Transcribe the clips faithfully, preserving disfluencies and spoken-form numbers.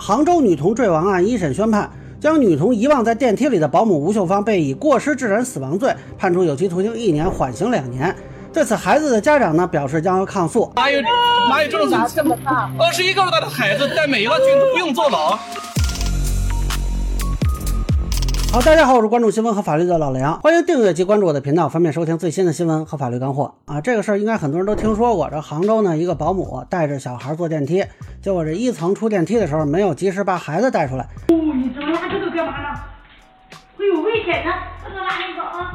杭州女童坠亡案一审宣判，将女童遗忘在电梯里的保姆吴秀芳被以过失致人死亡罪判处有期徒刑一年，缓刑两年。对此，孩子的家长呢表示将要抗诉。 哪有哪有这种事？这么大，二十一个大的孩子带没了，军都不用坐牢。 好，大家好，我是关注新闻和法律的老梁，欢迎订阅及关注我的频道，方便收听最新的新闻和法律干货啊。这个事儿应该很多人都听说过，这杭州呢一个保姆带着小孩坐电梯，结果这一层出电梯的时候没有及时把孩子带出来。 哦，你这拉这个干嘛呢？会有危险的，这个拉那个啊。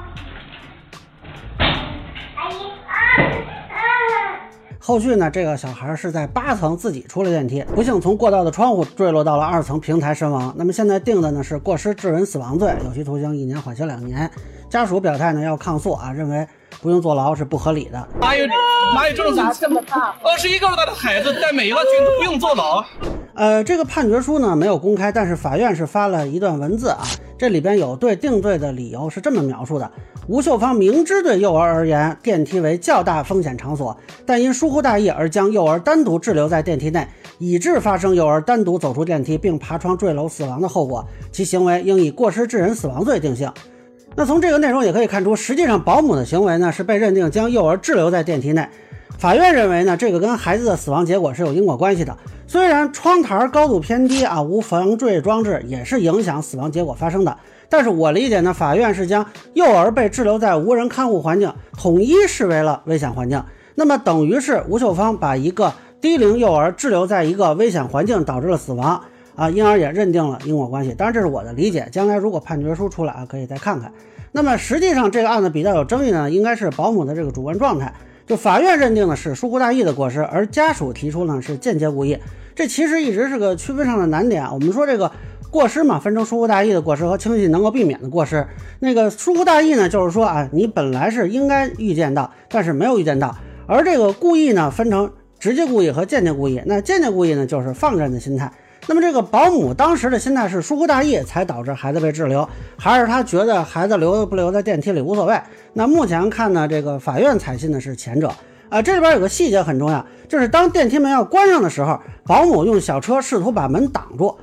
阿姨啊啊！ 后续呢，这个小孩是在八层自己出了电梯，不幸从过道的窗户坠落到了二层平台身亡。那么现在定的呢是过失致人死亡罪，有期徒刑一年，缓刑两年。家属表态呢要抗诉啊，认为不用坐牢是不合理的。 哪有哪有这种事？这么大，二十一个大的孩子带没了，军都不用坐牢。 呃，这个判决书呢没有公开，但是法院是发了一段文字啊，这里边有对定罪的理由是这么描述的：吴秀芳明知对幼儿而言电梯为较大风险场所，但因疏忽大意而将幼儿单独滞留在电梯内，以致发生幼儿单独走出电梯并爬窗坠楼死亡的后果，其行为应以过失致人死亡罪定性。那从这个内容也可以看出，实际上保姆的行为呢是被认定将幼儿滞留在电梯内。法院认为呢，这个跟孩子的死亡结果是有因果关系的。虽然窗台高度偏低啊，无防坠装置也是影响死亡结果发生的，但是我理解呢，法院是将幼儿被滞留在无人看护环境统一视为了危险环境，那么等于是吴秀芳把一个低龄幼儿滞留在一个危险环境导致了死亡啊，因而也认定了因果关系。当然这是我的理解，将来如果判决书出来啊，可以再看看。那么实际上这个案子比较有争议呢，应该是保姆的这个主观状态。就法院认定的是疏忽大意的过失，而家属提出呢是间接故意，这其实一直是个区分上的难点啊。我们说这个过失嘛，分成疏忽大意的过失和轻易能够避免的过失。那个疏忽大意呢，就是说啊，你本来是应该预见到，但是没有预见到。而这个故意呢，分成直接故意和间接故意。那间接故意呢，就是放任的心态。那么这个保姆当时的心态是疏忽大意才导致孩子被滞留，还是他觉得孩子留不留在电梯里无所谓？那目前看呢，这个法院采信的是前者啊。这里边有个细节很重要，就是当电梯门要关上的时候，保姆用小车试图把门挡住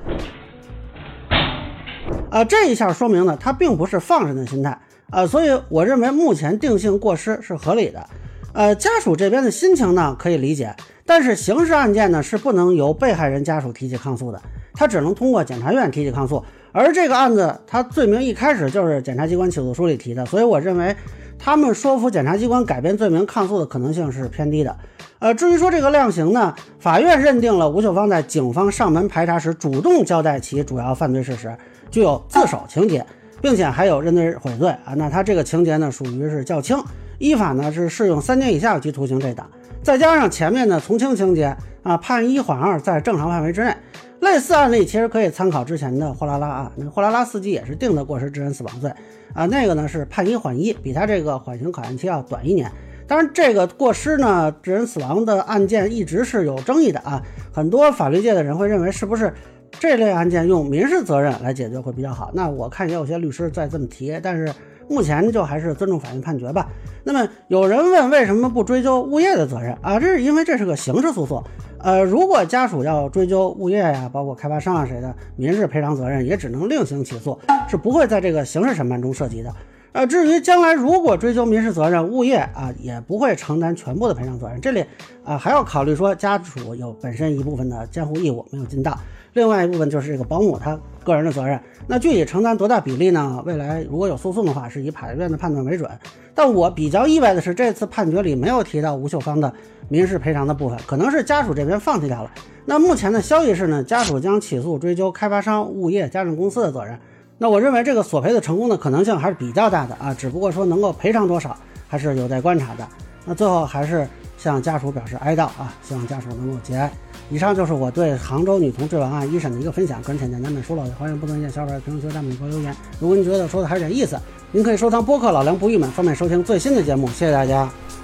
啊，这一下说明呢，他并不是放任的心态啊，所以我认为目前定性过失是合理的。呃，家属这边的心情呢可以理解，但是刑事案件呢是不能由被害人家属提起抗诉的，他只能通过检察院提起抗诉。而这个案子他罪名一开始就是检察机关起诉书里提的，所以我认为他们说服检察机关改变罪名抗诉的可能性是偏低的。呃，至于说这个量刑呢，法院认定了吴秀芳在警方上门排查时主动交代其主要犯罪事实，具有自首情节，并且还有认罪悔罪啊，那他这个情节呢属于是较轻，依法呢是适用三年以下有期徒刑这档，再加上前面的从轻情节啊，判一缓二，在正常范围之内。类似案例其实可以参考之前的货拉拉啊，那货拉拉司机也是定的过失致人死亡罪啊，那个呢是判一缓一，比他这个缓刑考验期要短一年。当然这个过失呢致人死亡的案件一直是有争议的啊，很多法律界的人会认为是不是这类案件用民事责任来解决会比较好，那我看也有些律师在这么提，但是目前就还是尊重法院判决吧。那么有人问为什么不追究物业的责任啊？这是因为这是个刑事诉讼，呃，如果家属要追究物业呀，包括开发商啊谁的民事赔偿责任，也只能另行起诉，是不会在这个刑事审判中涉及的。呃，至于将来如果追究民事责任，物业啊也不会承担全部的赔偿责任，这里啊还要考虑说家属有本身一部分的监护义务没有尽到，另外一部分就是这个保姆他个人的责任。那具体承担多大比例呢？未来如果有诉讼的话，是以法院的判断为准。但我比较意外的是，这次判决里没有提到吴秀芳的民事赔偿的部分，可能是家属这边放弃掉了。那目前的消息是呢，家属将起诉追究开发商、物业、家政公司的责任。那我认为这个索赔的成功的可能性还是比较大的啊，只不过说能够赔偿多少还是有待观察的。那最后还是向家属表示哀悼啊，希望家属能够节哀。以上就是我对杭州女童坠亡案一审的一个分享，个人浅见难免疏漏，欢迎不同意见小伙伴评论区弹幕里给我留言。如果您觉得说的还有点意思，您可以收藏播客老梁不郁闷，方便收听最新的节目。谢谢大家。